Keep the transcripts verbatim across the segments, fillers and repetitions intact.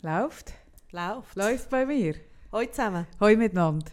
Läuft? Läuft. Läuft bei mir? Hallo zusammen. Hallo miteinander.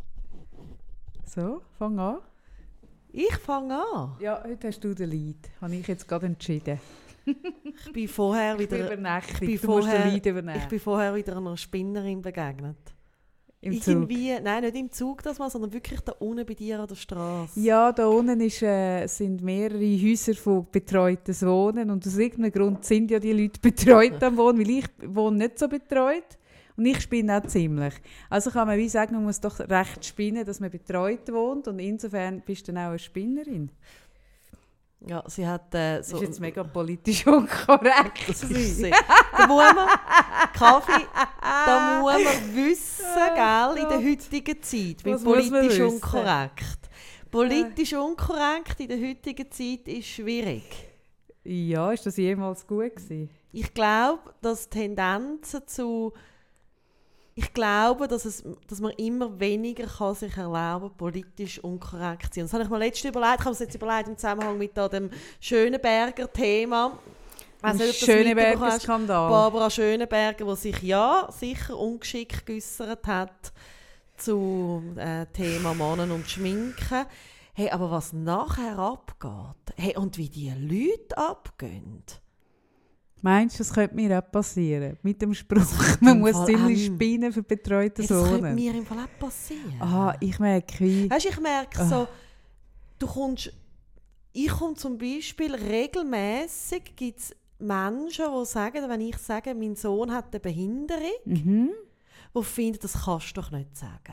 So, fang an. Ich fange an. Ja, heute hast du den Lead. Habe ich jetzt gerade entschieden. Ich bin vorher wieder... Ich bin übernächtig. Ich bin du musst vorher, den Lead übernehmen. Ich bin vorher wieder einer Spinnerin begegnet. Im Irgendwie, Zug. nein, nicht im Zug das mal, sondern wirklich da unten bei dir an der Straße. Ja, da unten ist, äh, sind mehrere Häuser von betreutes Wohnen und aus irgendeinem Grund sind ja die Leute betreut am Wohnen, weil ich wohne nicht so betreut und ich spinne auch ziemlich. Also kann man wie sagen, man muss doch recht spinnen, dass man betreut wohnt und insofern bist du dann auch eine Spinnerin. Ja, sie hat äh, so... Das ist jetzt mega politisch unkorrekt. Das ist sehr. Da muss man, Kaffee, da muss man wissen, gell, in der heutigen Zeit, weil Was muss man politisch wissen? unkorrekt. Politisch unkorrekt in der heutigen Zeit ist schwierig. Ja, ist das jemals gut gewesen? Ich glaube, dass Tendenzen zu... Ich glaube, dass, es, dass man immer weniger kann sich erlauben kann, politisch unkorrekt zu sein. Das habe ich mir letztens überlegt. Ich habe es jetzt überlegt im Zusammenhang mit da dem Schöneberger Thema. Ein Schöneberger Skandal. Barbara Schöneberger, die sich ja sicher ungeschickt geäussert hat zum äh, Thema Mannen und Schminken. Hey, aber was nachher abgeht, hey, und wie die Leute abgehen. Meinst du, das könnte mir auch passieren? Mit dem Spruch, man muss Fall ziemlich auch. spinnen für betreutes Hey, das könnte Wohnen. mir im Fall auch passieren. Ah, ich merke wie... Weißt, ich merke Ah. so, du kommst, ich komme zum Beispiel regelmäßig, gibt es Menschen, die sagen, wenn ich sage, mein Sohn hat eine Behinderung, Mhm. die finden, das kannst du doch nicht sagen.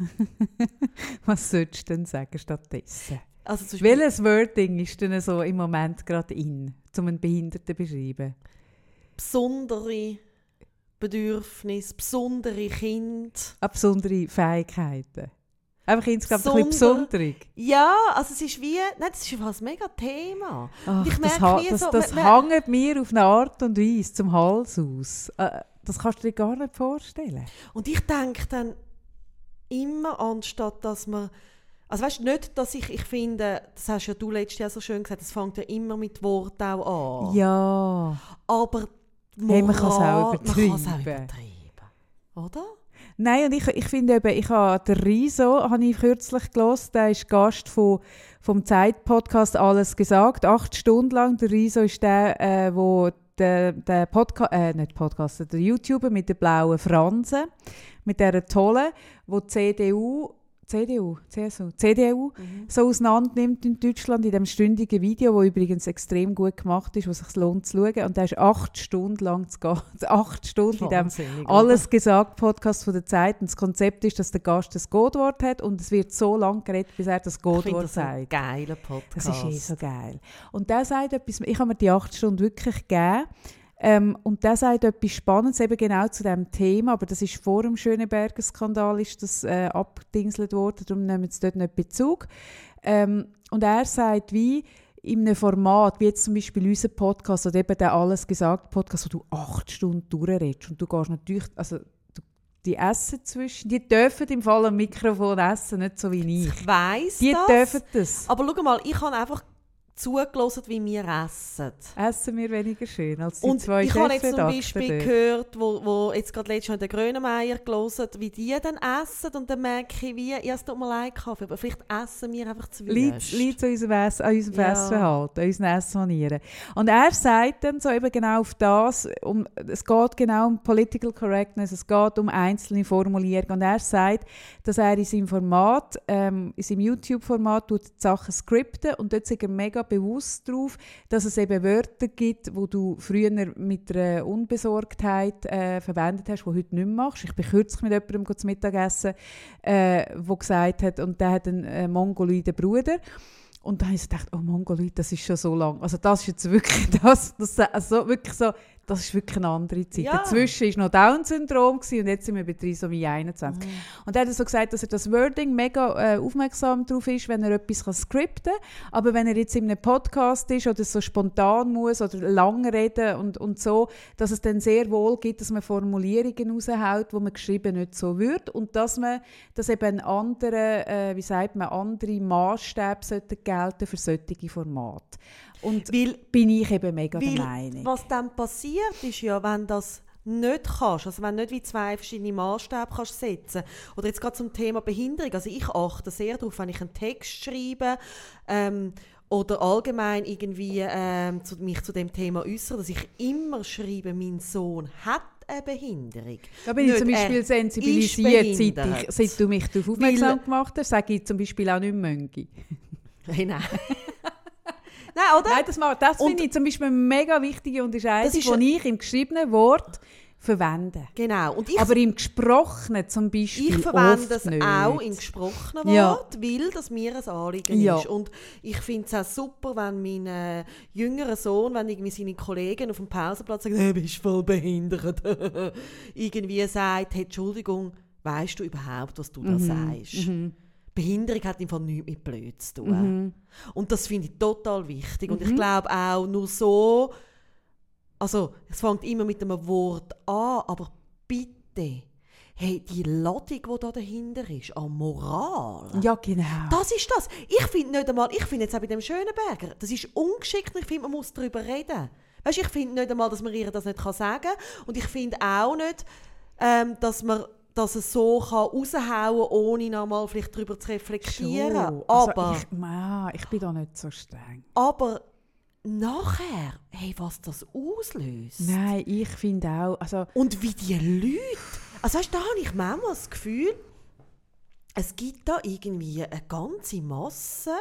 Was sollst du denn sagen stattdessen? Also zum Beispiel, Welches Wording ist denn so im Moment gerade in, um einen Behinderten zu beschreiben? besondere Bedürfnisse, besondere Kinder. Auch besondere Fähigkeiten. Einfach insgesamt ein Besonder- bisschen besonderig. Ja, also es ist wie, nein, das ist ein mega Thema. Ach, ich das merke ha- wie das, so, das man- man- hängt mir auf eine Art und Weise zum Hals aus. Äh, das kannst du dir gar nicht vorstellen. Und ich denke dann immer, anstatt dass man... Also weißt du, nicht, dass ich, ich finde, das hast ja du letztes Jahr so schön gesagt, es fängt ja immer mit Wort auch an. Ja. Aber die Hey, man kann es auch Moral- übertreiben. Man kann es auch übertreiben. Oder? Nein, und ich, ich finde eben, ich habe den Riso habe ich kürzlich gelesen, der ist Gast von, vom Zeit-Podcast «Alles gesagt», acht Stunden lang. Der Riso ist der, äh, wo der, der Podcast, äh, nicht Podcast, der YouTuber mit den blauen Fransen, mit dieser tollen, wo die C D U, C D U, C S U, C D U Mhm. so auseinander nimmt in Deutschland, in diesem stündigen Video, das übrigens extrem gut gemacht ist, wo es sich lohnt zu schauen. Und der ist acht Stunden lang zu gehen. acht Stunden in diesem Wahnsinnig, «Alles gesagt» Podcast von der Zeit. Und das Konzept ist, dass der Gast das Codewort hat und es wird so lange geredet, bis er das Ich finde Codewort das ein sagt. geiler Podcast. Das ist eh so geil. Und der sagt etwas, ich habe mir die acht Stunden wirklich gegeben. Ähm, und der sagt etwas Spannendes, eben genau zu diesem Thema, aber das ist vor dem Schöneberger Skandal ist das äh, abgedingselt worden, darum nehmen wir jetzt dort nicht Bezug. Ähm, und er sagt, wie in einem Format, wie jetzt zum Beispiel unser Podcast oder eben der «Alles gesagt» Podcast, wo du acht Stunden durchredest und du gehst natürlich, also du, die essen zwischen, die dürfen im Fall am Mikrofon essen, nicht so wie ich. Ich weiss Die das. dürfen das. Aber schau mal, ich habe einfach zugelassen, wie wir essen. Essen wir weniger schön als die Und zwei ich habe jetzt zum Chefredakteure Beispiel dort. gehört, wo, wo jetzt gerade letztes Mal den Grönemeyer gelesen, wie die dann essen. Und dann merke ich, wie, ja, es tut mir leid, Kaffee, aber vielleicht essen wir einfach zu Liegt, liegt an unserem, Ess, an unserem Ja. Essverhalten, an unseren Essmanieren. Und er sagt dann so eben genau auf das, um, es geht genau um Political Correctness, es geht um einzelne Formulierungen. Und er sagt, dass er in seinem Format, ähm, in seinem YouTube-Format tut die Sachen skripten und dort ist er mega bewusst darauf, dass es eben Wörter gibt, die du früher mit einer Unbesorgtheit äh, verwendet hast, die du heute nicht mehr machst. Ich bin kürzlich mit jemandem zum Mittagessen, äh, der gesagt hat, und der hat einen äh, mongoloiden Bruder. Und dann habe ich so gedacht, oh Mongoloid, das ist schon so lang. Also das ist jetzt wirklich das, das, also wirklich so, das ist wirklich eine andere Zeit. Ja. Dazwischen war noch Down-Syndrom und jetzt sind wir bei Trisomie einundzwanzig. Mhm. Und er hat so gesagt, dass er das Wording mega äh, aufmerksam darauf ist, wenn er etwas kann skripten kann. Aber wenn er jetzt in einem Podcast ist oder so spontan muss oder lang reden und, und so, dass es dann sehr wohl gibt, dass man Formulierungen raushaut, wo man geschrieben nicht so wird. Und dass man, dass eben ein anderer, äh, wie sagt man, andere Maßstäbe sollten gelten für solche Formate. Und Weil, bin ich eben mega weil der Meinung. was dann passiert, ist ja, wenn das nicht kannst, also wenn du nicht wie zwei verschiedene Maßstäbe kannst setzen, oder jetzt gerade zum Thema Behinderung, also ich achte sehr darauf, wenn ich einen Text schreibe, ähm, oder allgemein irgendwie ähm, zu, mich zu dem Thema äußere, dass ich immer schreibe, mein Sohn hat eine Behinderung. Da bin nicht ich zum Beispiel sensibilisiert, seit, ich, seit du mich darauf aufmerksam Weil, gemacht hast, sage ich zum Beispiel auch nicht Möngi. Hey, nein. Nein, oder? Nein, das, das finde ich zum Beispiel eine mega wichtige Unterscheidung, die ich im geschriebenen Wort verwende. Genau. Und ich, aber im Gesprochenen zum Beispiel ich verwende es auch im gesprochenen Wort, ja. weil das mir ein Anliegen ja. ist. Und ich finde es auch super, wenn mein äh, jüngerer Sohn, wenn irgendwie seine Kollegen auf dem Pausenplatz sagen, du bist voll behindert, irgendwie sagt, hey, Entschuldigung, weißt du überhaupt, was du mhm. da sagst? Mhm. Behinderung hat im Fall nichts mit blöd zu tun. Mhm. Und das finde ich total wichtig. Mhm. Und ich glaube auch, nur so, also es fängt immer mit einem Wort an, aber bitte, hey, die Ladung, die da dahinter ist, an Moral. Ja, genau. Das ist das. Ich finde nicht einmal, ich finde jetzt auch bei dem Schönenberger, das ist ungeschickt und ich finde, man muss darüber reden. Weißt, ich finde nicht einmal, dass man ihr das nicht sagen kann. Und ich finde auch nicht, ähm, dass man dass es so raushauen kann, ohne nochmal vielleicht darüber zu reflektieren. Schon. Aber also ich, man, ich bin da nicht so streng. Aber nachher, hey, was das auslöst. Nein, ich finde auch. Also und wie die Leute. Also weißt, da habe ich manchmal das Gefühl, es gibt da irgendwie eine ganze Masse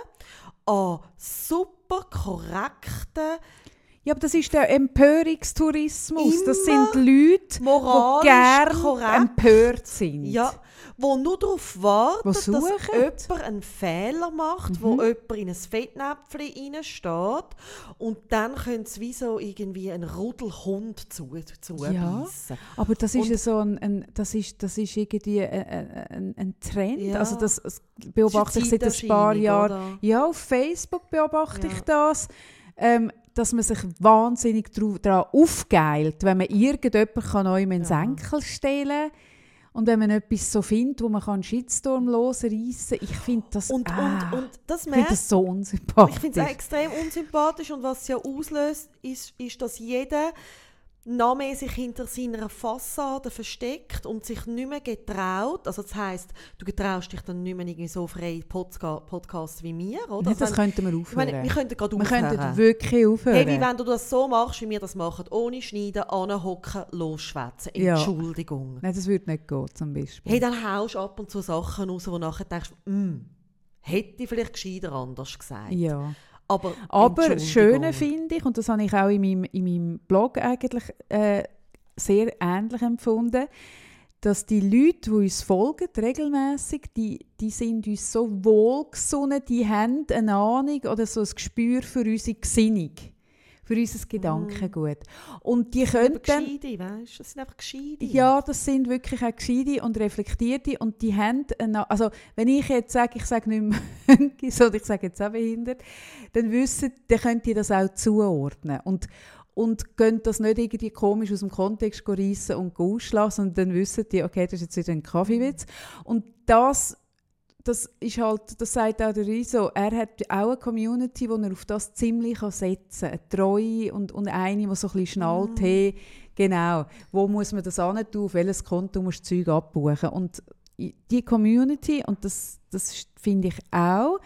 an super korrekten. Ja, aber das ist der Empörungstourismus. Immer das sind Leute, die gerne empört sind. Ja, die nur darauf warten, dass jemand einen Fehler macht, mhm. wo jemand in ein Fettnäpfchen reinsteht und dann können sie wie so irgendwie einen Rudelhund zu, zubeissen. Ja, aber das ist, und, so ein, ein, das ist, das ist irgendwie ein, ein, ein Trend. Ja. Also das, das beobachte ich seit ein paar Jahren. Ja, auf Facebook beobachte ja. ich das. Ähm, dass man sich wahnsinnig daran aufgeilt, wenn man irgendjemanden kann neu in den Senkel stellen kann. Und wenn man etwas so findet, wo man einen Shitstorm losreissen kann, ich finde das, und, ah, und, und das, find das so unsympathisch. Ich finde es extrem unsympathisch und was es ja auslöst, ist, ist, dass jeder noch mehr sich hinter seiner Fassade versteckt und sich nicht mehr getraut. Also das heisst, du getraust dich dann nicht mehr irgendwie so frei Podca- Podcasts wie mir, oder? Ja, das also könnten wir aufhören. Ich meine, wir könnten gerade wir aufhören. Wir könnten wirklich aufhören. Hey, wie wenn du das so machst, wie wir das machen, ohne Schneiden, anhocken, losschwätzen. Entschuldigung. Ja. Nein, das würde nicht gehen, zum Beispiel. Hey, dann haust du ab und zu Sachen raus, wo du nachher denkst, mm, hätte ich vielleicht gescheiter anders gesagt. Ja. Aber, Aber das Schöne finde ich, und das habe ich auch in meinem, in meinem Blog eigentlich äh, sehr ähnlich empfunden, dass die Leute, die uns folgen, regelmässig, die, die sind uns so wohlgesonnen, die haben eine Ahnung oder so ein Gespür für unsere Gesinnung, für unser Gedankengut. Und die können dann... Gescheide, weißt du? Das sind einfach Gescheide. Ja, das sind wirklich auch Gescheide und Reflektierte und die haben... Eine, also wenn ich jetzt sage, ich sage nicht mehr sondern ich sage jetzt auch behindert, dann wissen, dann könnt ihr das auch zuordnen. Und und könnt das nicht irgendwie komisch aus dem Kontext reissen und ausschlagen, sondern dann wissen die, okay, das ist jetzt wieder ein Kaffeewitz. Und das, das ist halt, das sagt auch der Riso, er hat auch eine Community, wo er auf das ziemlich setzen kann. Eine treue und, und eine, die so ein bisschen schnallt, mm. hey, genau, wo muss man das hin tun, auf welches Konto musst du Zeug abbuchen. Und die Community, und das, das finde ich auch,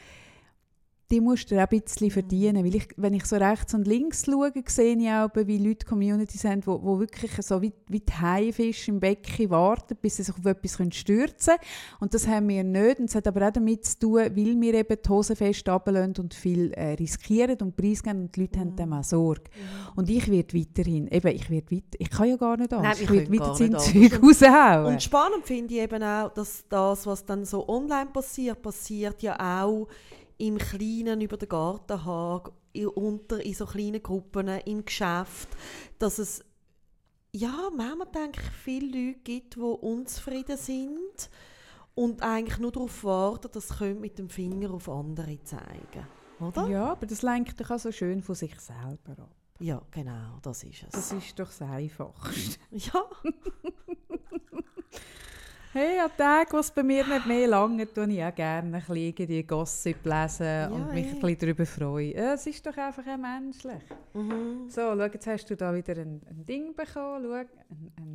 die musst du auch ein bisschen verdienen. Weil ich, wenn ich so rechts und links schaue, sehe ich auch, wie Leute Communities haben, die wirklich so wie, wie die Haifische im Becken warten, bis sie sich auf etwas stürzen können. Und das haben wir nicht. Und es hat aber auch damit zu tun, weil wir eben die Hosen fest runterlassen und viel äh, riskieren und preisgeben. Und die Leute mhm. haben dann auch Sorge. Mhm. Und ich werde weiterhin, eben, ich werde weiter, ich kann ja gar nicht anders. Nein, ich werde weiter sein Zeug raushauen. Und spannend finde ich eben auch, dass das, was dann so online passiert, passiert ja auch im Kleinen über den Gartenhag, unter in so kleinen Gruppen, im Geschäft, dass es ja, manchmal denke ich, viele Leute gibt, die unzufrieden sind und eigentlich nur darauf warten, dass sie mit dem Finger auf andere zeigen, oder? Ja, aber das lenkt doch auch so schön von sich selber ab. Ja, genau, das ist es. Das ist doch das Einfachste. Ja. Hey, an Tagen, wo es bei mir nicht mehr lange tue ich auch gerne ein bisschen die Gossip lesen ja, und mich ja. ein bisschen darüber freuen. Es ist doch einfach auch menschlich. Mhm. So, schau, jetzt hast du da wieder ein, ein Ding bekommen. Schau, ein, ein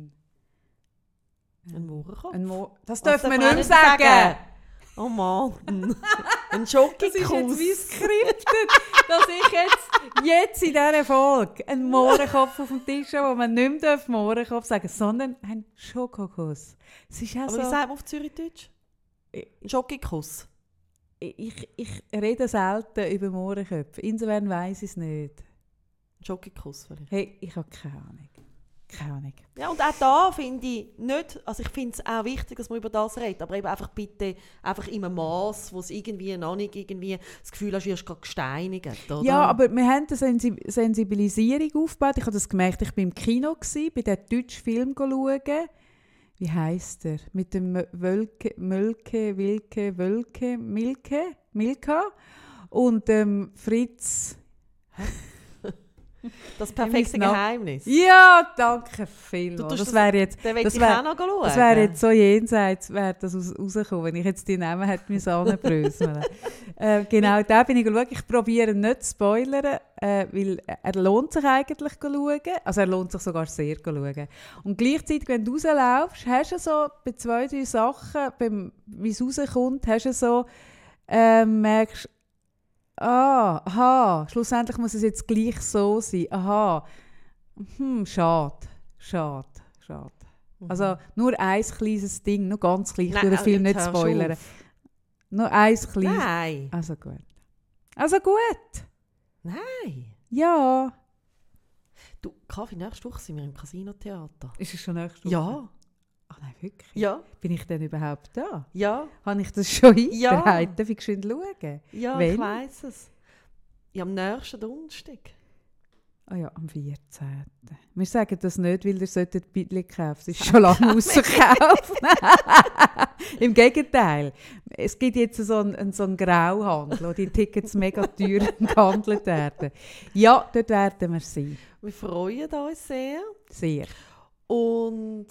Ein Mohrenkopf? Ein Mo- das Was dürfen wir darf nicht man mehr nicht sagen. Oh Mann. Ein Das ist Schokokuss. jetzt wie skriptet, dass ich jetzt, jetzt in dieser Folge einen Mohrenkopf auf dem Tisch habe, wo man nicht mehr Mohrenkopf sagen darf, sondern ein Schokokuss. Es ist auch Aber so, wie sagt man auf Zürichdeutsch? Ich- Ein Schokokuss. ich, ich rede selten über Mohrenköpfe. Insofern weiss ich es nicht. Ein Schokokuss vielleicht. Hey, ich habe keine Ahnung. Keine Ahnung. Ja, und auch da finde ich nicht, also ich finde es auch wichtig, dass man über das redet, aber eben einfach bitte einfach in einem Maß, wo es irgendwie noch nicht irgendwie das Gefühl hast, du wirst gerade gesteinigt, oder? Ja, aber wir haben eine Sensi- Sensibilisierung aufgebaut. Ich habe das gemerkt, ich war im Kino, gewesen, bei diesem deutschen Film schauen. Wie heisst er? Mit dem Wölke, Mölke, Wilke, Wölke, Milke, Milka und ähm, Fritz. Das perfekte Nach- Geheimnis. Ja, danke vielmals. Du tust Das das- wäre jetzt, Den will das ich wär- auch noch schauen. das wäre jetzt so jenseits, wäre das raus- rausgekommen, wenn ich jetzt die Namen hätte müssen anbröseln. äh, genau, da bin ich geschaut. Ich probiere nicht zu spoilern, äh, weil er lohnt sich eigentlich zu schauen. Also er lohnt sich sogar sehr zu schauen. Und gleichzeitig, wenn du rauslaufst, hast du so bei zwei, drei Sachen, beim, wie es rauskommt, hast du so, äh, merkst, ah, aha, schlussendlich muss es jetzt gleich so sein. Aha, hm, schade, schade, schade. Also nur ein kleines Ding, nur ganz klein, ich Nein, will den Film jetzt nicht hörst du spoilern. auf. Nur ein kleines. Nein. Also gut. Also gut. Nein. Ja. Du, Kaffee, nächste Woche sind wir im Casino-Theater. Ist es schon nächste Woche? Ja. Ach nein, wirklich? Ja. Bin ich denn überhaupt da? Ja. Habe ich das schon Ja. einbereitet? Darf ich geschwind schauen? Ja, Wenn? ich weiss es. Ja, am nächsten Donnerstag. Ah ja, am vierzehnten Wir sagen das nicht, weil ihr solltet Bildchen kaufen. Es ist schon lange ausverkauft. Im Gegenteil. Es gibt jetzt so einen, so einen Grauhandel, wo die Tickets mega teuer gehandelt werden. Ja, dort werden wir sein. Wir freuen uns sehr. Sehr. Und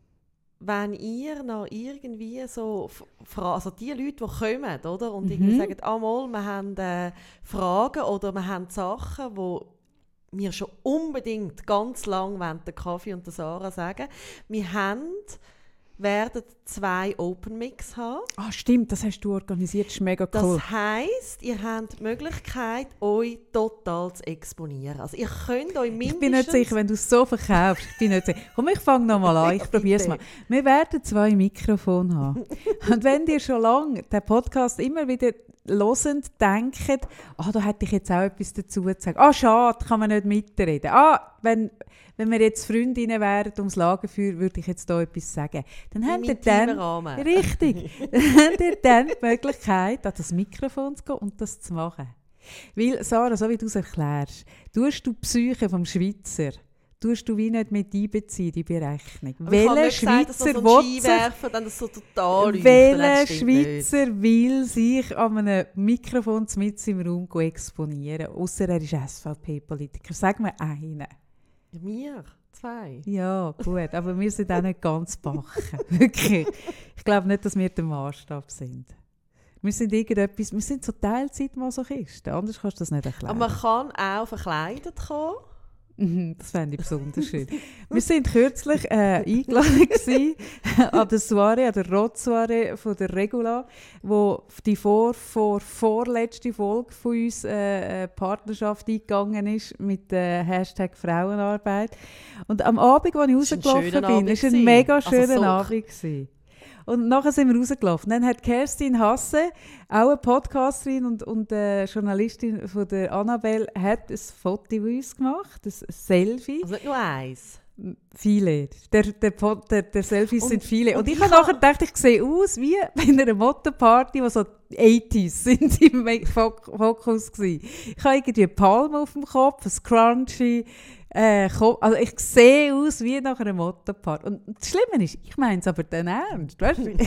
wenn ihr noch irgendwie so, Fra- also die Leute, die kommen, oder? Und Mhm. irgendwie sagen, ah, mal, wir haben äh, Fragen oder wir haben Sachen, die wir schon unbedingt ganz lang wollen, der Kaffee und der Sarah sagen. Wir haben, werden zwei Open Mix haben. Ah, stimmt, das hast du organisiert, das ist mega Das cool. heisst, ihr habt die Möglichkeit, euch total zu exponieren. Also ihr könnt euch mindestens... Ich bin nicht sicher, wenn du es so verkaufst. Ich bin nicht sicher. Komm, ich fange noch mal an. Ich probiere es mal. Wir werden zwei Mikrofone haben. Und wenn ihr schon lange den Podcast immer wieder hörend denkt, ah, da hätte ich jetzt auch etwas dazu zu sagen. Ah, schade, kann man nicht mitreden. Ah, wenn, wenn wir jetzt Freundinnen wären ums Lagerfeuer, würde ich jetzt da etwas sagen. Dann Im habt ihr intimen dann... Rahmen. Richtig. Dann habt ihr dann die Möglichkeit, an das Mikrofon zu gehen und das zu machen. Weil, Sarah, so wie du es erklärst, tust du die Psyche vom Schweizer, tust du wie nicht mit einbeziehen, die Berechnung. Aber ich habe Welcher nicht gesagt, dass Schweizer so ein will sich, Skiwerfer dann das so total leuchtet. welcher Das stimmt nicht. Schweizer will sich an einem Mikrofon mitten im Raum exponieren? Ausser er ist S V P-Politiker. Sag mir einen. Ja, wir, zwei. Ja, gut, aber wir sind auch nicht ganz bachen. Wirklich. Ich glaube nicht, dass wir der Maßstab sind. Wir sind irgendetwas, wir sind so Teilzeitmasochisten. Anders kannst du das nicht erklären. Aber man kann auch verkleidet kommen. Mhm, das fände ich besonders schön. Wir waren kürzlich äh, eingeladen gewesen, an der Soiree, an der Rot-Soiree von der Regula, wo die vor, vor, vorletzte Folge von uns äh, äh, Partnerschaft eingegangen ist mit äh, Hashtag Frauenarbeit. Und am Abend, als ich Das war ein rausgelaufen schöner bin, Abend war ein gewesen. mega Also schöner so- Abend gewesen. Und nachher sind wir rausgelaufen. Dann hat Kerstin Hasse, auch eine Podcasterin und, und äh, Journalistin von der Annabelle, hat ein Foto von uns gemacht, ein Selfie. Also nicht nur eins. Viele. Der, der, Pod- der, der Selfies Und- sind viele. Und, und ich ich habe ha- nachher gedacht, ich sehe aus wie bei einer Motto-Party, wo so die achtziger sind im Fok- Fokus gewesen. Ich habe irgendwie eine Palme auf dem Kopf, ein Scrunchie. Äh, Ko- also ich sehe aus wie nach einer Motto-Party. Und das Schlimme ist, ich meine es aber dann ernst. Weißt du?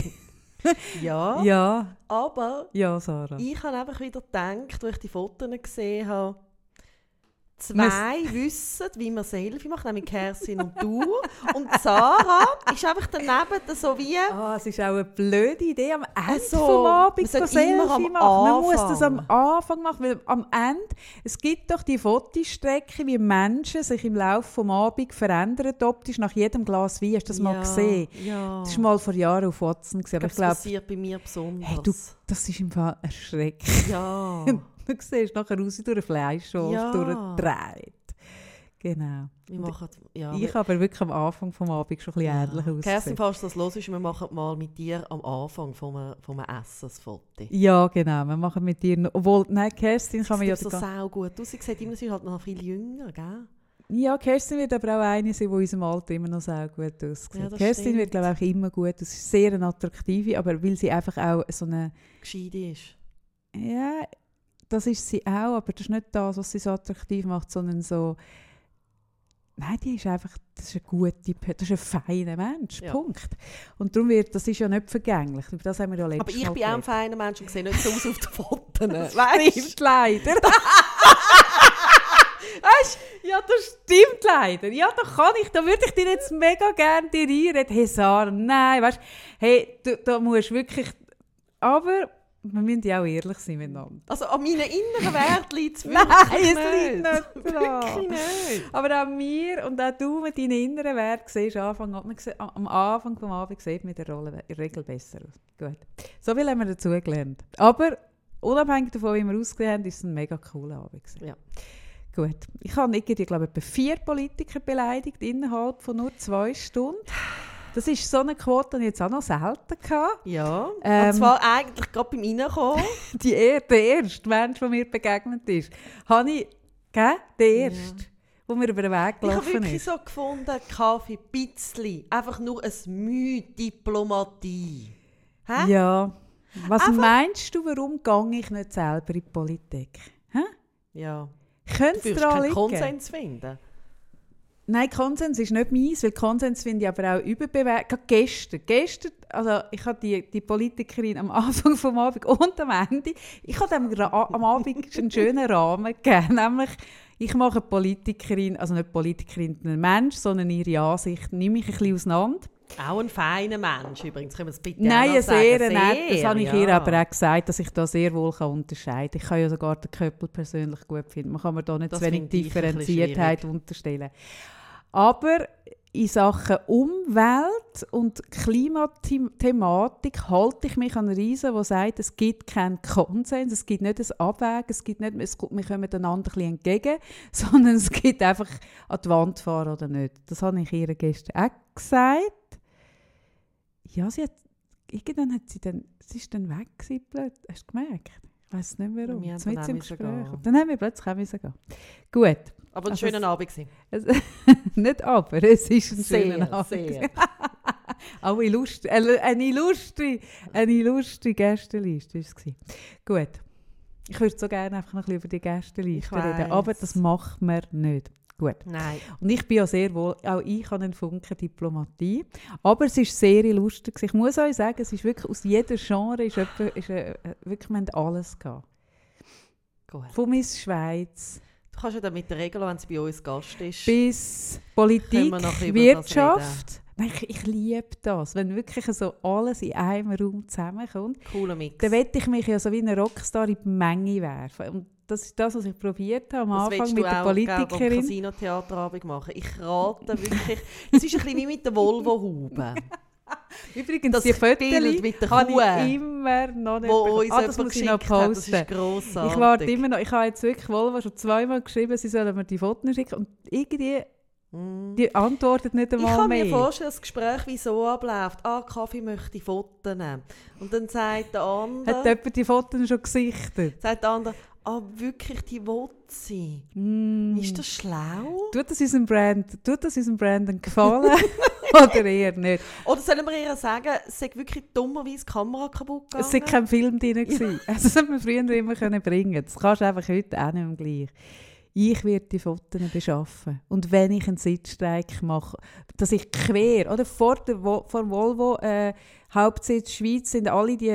Ja, Ja, aber ja, Sarah. ich habe einfach wieder gedacht, als ich die Fotos gesehen habe, zwei wissen, wie man Selfie macht, nämlich Kerstin und du. Und Sarah ist einfach daneben so wie... Ah, es ist auch eine blöde Idee, am Ende Also, vom Abend man ein sollte immer Selfie am machen. Man muss Anfang. das am Anfang machen, weil am Ende, es gibt doch die Fotostrecke, wie Menschen sich im Laufe des Abends verändern, optisch nach jedem Glas Wein. Hast du das ja, mal gesehen? Ja. Das war mal vor Jahren auf Watson. Ich Aber glaub, ich glaube, das passiert bei mir besonders. hey, du, das ist im Fall erschreckend. Ja. Du siehst nachher raus durch einen Fleischhof, Ja. durchgedreht. Genau. Wir machen, ja, Ich habe aber wirklich am Anfang des Abends schon ein bisschen ja. ähnlich ausgesehen. Kerstin, falls das los ist, wir machen mal mit dir am Anfang von einem, von einem Essensfoto. Ja, genau. Wir machen mit dir noch, obwohl, nein, Kerstin kann man ja... so sau gut aus. Sie sieht immer, sie ist halt noch viel jünger, gell? Ja, Kerstin wird aber auch eine sein, die in unserem Alter immer noch sehr gut aussieht. Ja, das Kerstin stimmt. wird, glaube ich, auch immer gut. Das ist sehr eine attraktive, aber weil sie einfach auch so eine... Gescheit ist. Ja, das ist sie auch, aber das ist nicht das, was sie so attraktiv macht, sondern so... Nein, die ist einfach, das ist eine gute, das ist ein feiner Mensch, Ja. Punkt. Und darum wird, das ist ja nicht vergänglich. Das haben wir ja letztes Aber ich Mal bin auch ein geredet. feiner Mensch und sehe nicht so aus auf den Fotos. Das Weißt stimmt leider. Weißt, ja, das stimmt leider. Ja, da kann ich, da würde ich dir jetzt mega gerne dir reinreden. Hey Sarah, nein, weißt, hey, du, da musst wirklich, aber wir müssen ja auch ehrlich sein miteinander. Also an meinen inneren Werten liegt es Nein, wirklich es liegt nicht dran. Wirklich nicht. Aber auch wir und auch du mit deinen inneren Werten siehst Anfang an, man sieht, am Anfang des Abends sieht man in der Rolle in der Regel besser aus. Gut. So viel haben wir dazu gelernt. Aber unabhängig davon, wie wir ausgesehen haben, ist es ein mega cooler Abend gewesen. Ja. Gut. Ich habe irgendwie, glaube ich, etwa vier Politiker beleidigt innerhalb von nur zwei Stunden. Das ist so eine Quote, die ich jetzt auch noch selten hatte. Ja, Ähm, und zwar eigentlich gerade beim Reinkommen. Die er, der erste Mensch, der mir begegnet ist, habe ich, gell? Der erste, der mir über den Weg Ich habe gelaufen wirklich ist. so gefunden, Kaffee, Pizzli, einfach nur ein Mühe Diplomatie. Hä? Ja. Was Einfach- meinst du, warum gehe ich nicht selber in die Politik? Hä? Ja. Könnte Du es wirst daran keinen liegen? Konsens finden. Nein, Konsens ist nicht meins, weil Konsens finde ich aber auch überbewertet. Gerade gestern, gestern, also ich habe die, die Politikerin am Anfang des Abends und am Ende, ich habe dem Ra- am Abend einen schönen Rahmen gegeben, nämlich ich mache eine Politikerin, also nicht Politikerin, einen Mensch, sondern ihre Ansicht, nehme ich ein bisschen auseinander. Auch ein feiner Mensch übrigens, können wir es bitte Nein, auch ein noch sagen. sehr nett. Das Sehr, habe ich ja. ihr aber auch gesagt, dass ich da sehr wohl kann unterscheiden kann. Ich kann ja sogar den Köppel persönlich gut finden. Man kann mir da nicht Das zu wenig finde ich ein bisschen Differenziertheit unterstellen. Aber in Sachen Umwelt und Klimathematik halte ich mich an Riesen, die sagt, es gibt keinen Konsens, es gibt nicht ein Abwägen, es gibt nicht, es, wir kommen einander ein bisschen entgegen, sondern es gibt einfach an die Wand fahren oder nicht. Das habe ich ihr gestern auch gesagt. Ja, sie hat, irgendwann hat sie dann, sie ist dann weg gewesen, blöd. Hast du gemerkt? Ich weiss nicht mehr warum. Wir haben Jetzt mit dann im auch müssen Gespräch. gehen. Und dann haben wir plötzlich auch müssen gehen. Gut. Aber ein Also schöner es- Abend gewesen. Es, nicht aber, es ist ein schöner Sehr, Abend. sehr. Auch illustri- äh, eine illustre, eine illustre Gästeliste war es. Gut. Ich würde so gerne einfach noch ein bisschen über die Gästeliste Ich reden, weiss. aber das macht man nicht. Gut. Nein. Und ich bin ja sehr wohl, auch ich habe einen Funken Diplomatie, aber es war sehr illustre. Ich muss euch sagen, es ist wirklich aus jeder Genre, ist etwa, ist, äh, wirklich, wir haben alles gehabt. Gut. Von Miss Schweiz Du kannst ja dann mit der Regel, wenn sie bei uns Gast ist. bis Können Politik, wir noch über Wirtschaft. Nein, ich, ich liebe das, wenn wirklich so alles in einem Raum zusammenkommt. Cooler Mix. Dann will ich mich ja so wie ein Rockstar in die Menge werfen. Und das ist das, was ich probiert habe am Das Anfang willst mit du der auch, gell, am Politikerin. Casino-Theaterabend machen. Ich rate wirklich. Das ist ein bisschen wie mit der Volvo-Haube. Übrigens, Das die Bild Fotos mit der habe Kuh, ich immer noch nicht wo bekommen. uns Ah, das jemand muss ich noch geschickt hat. Das posten. ist grossartig. Ich warte immer noch. Ich habe jetzt wirklich Volvo schon zweimal geschrieben, sie sollen mir die Fotos schicken. Und irgendwie, Mm. die antwortet nicht Ich einmal kann mehr. mir vorstellen, dass das Gespräch wie so abläuft. Ah, Kaffee möchte ich Fotos nehmen. Und dann sagt der andere, Hat jemand die Fotos schon gesichtet? sagt der andere, ah, wirklich, die will sie. Mm. Ist das schlau? Tut das unserem Brand, tut das unserem Brand gefallen? Oder eher nicht? Oder sollen wir ihr sagen, es sei wirklich dummerweise die Kamera kaputt gegangen? Es war kein Film drin. Ja. Also das hätte man früher immer können bringen. Das kannst du einfach heute auch nicht mehr gleich. Ich werde die Fotos beschaffen. Und wenn ich einen Sitzstreik mache, dass ich quer, oder vor der Vo- vor Volvo, äh, Hauptsitz Schweiz, sind alle die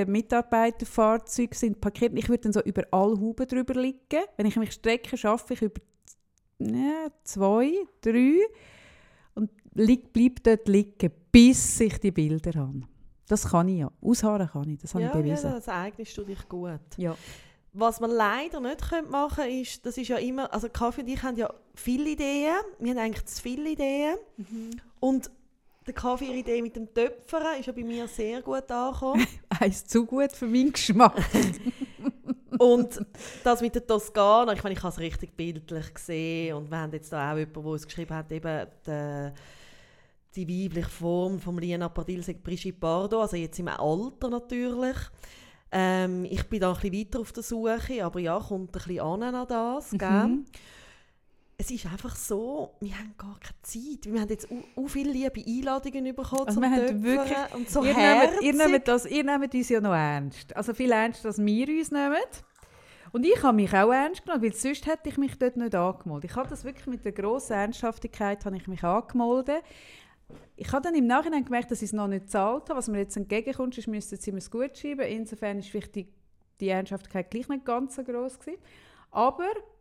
Mitarbeiterfahrzeuge sind parkiert. Ich würde dann so über alle Huben drüber liegen. Wenn ich mich strecke, schaffe ich über ja, zwei, drei und lieg, bleib dort liegen, bis ich die Bilder habe. Das kann ich ja. Ausharren kann ich, das habe ja, ich bewiesen. Ja, das eignest du dich gut. Ja. Was man leider nicht machen können, ist, das ist ja immer, also Kaffee und ich haben ja viele Ideen, wir haben eigentlich zu viele Ideen. Mhm. Und die Kaffee-Idee mit dem Töpfern ist ja bei mir sehr gut angekommen. Eins zu gut für meinen Geschmack. Und das mit der Toskana, ich meine, ich habe es richtig bildlich gesehen und wir haben jetzt da auch jemanden, der uns geschrieben hat, eben die, die weibliche Form von Liena Pardil sagt Brigitte Bardot, also jetzt im Alter natürlich. Ähm, ich bin da ein bisschen weiter auf der Suche, aber ja, kommt ein bisschen an an das. Mhm. Es ist einfach so, wir haben gar keine Zeit. Wir haben jetzt auch viele liebe Einladungen bekommen also zum Töpfern und so ihr nehmt, ihr, nehmt das, ihr nehmt uns ja noch ernst. Also viel ernster, als wir uns nehmen. Und ich habe mich auch ernst genommen, weil sonst hätte ich mich dort nicht angemeldet. Ich habe das wirklich mit der grossen Ernsthaftigkeit habe ich mich angemeldet. Ich habe dann im Nachhinein gemerkt, dass ich es noch nicht gezahlt habe. Was mir jetzt entgegenkommt, ist, müssten sie mir es gut schreiben. Insofern war die, die Ernsthaftigkeit gleich nicht ganz so gross gewesen. Aber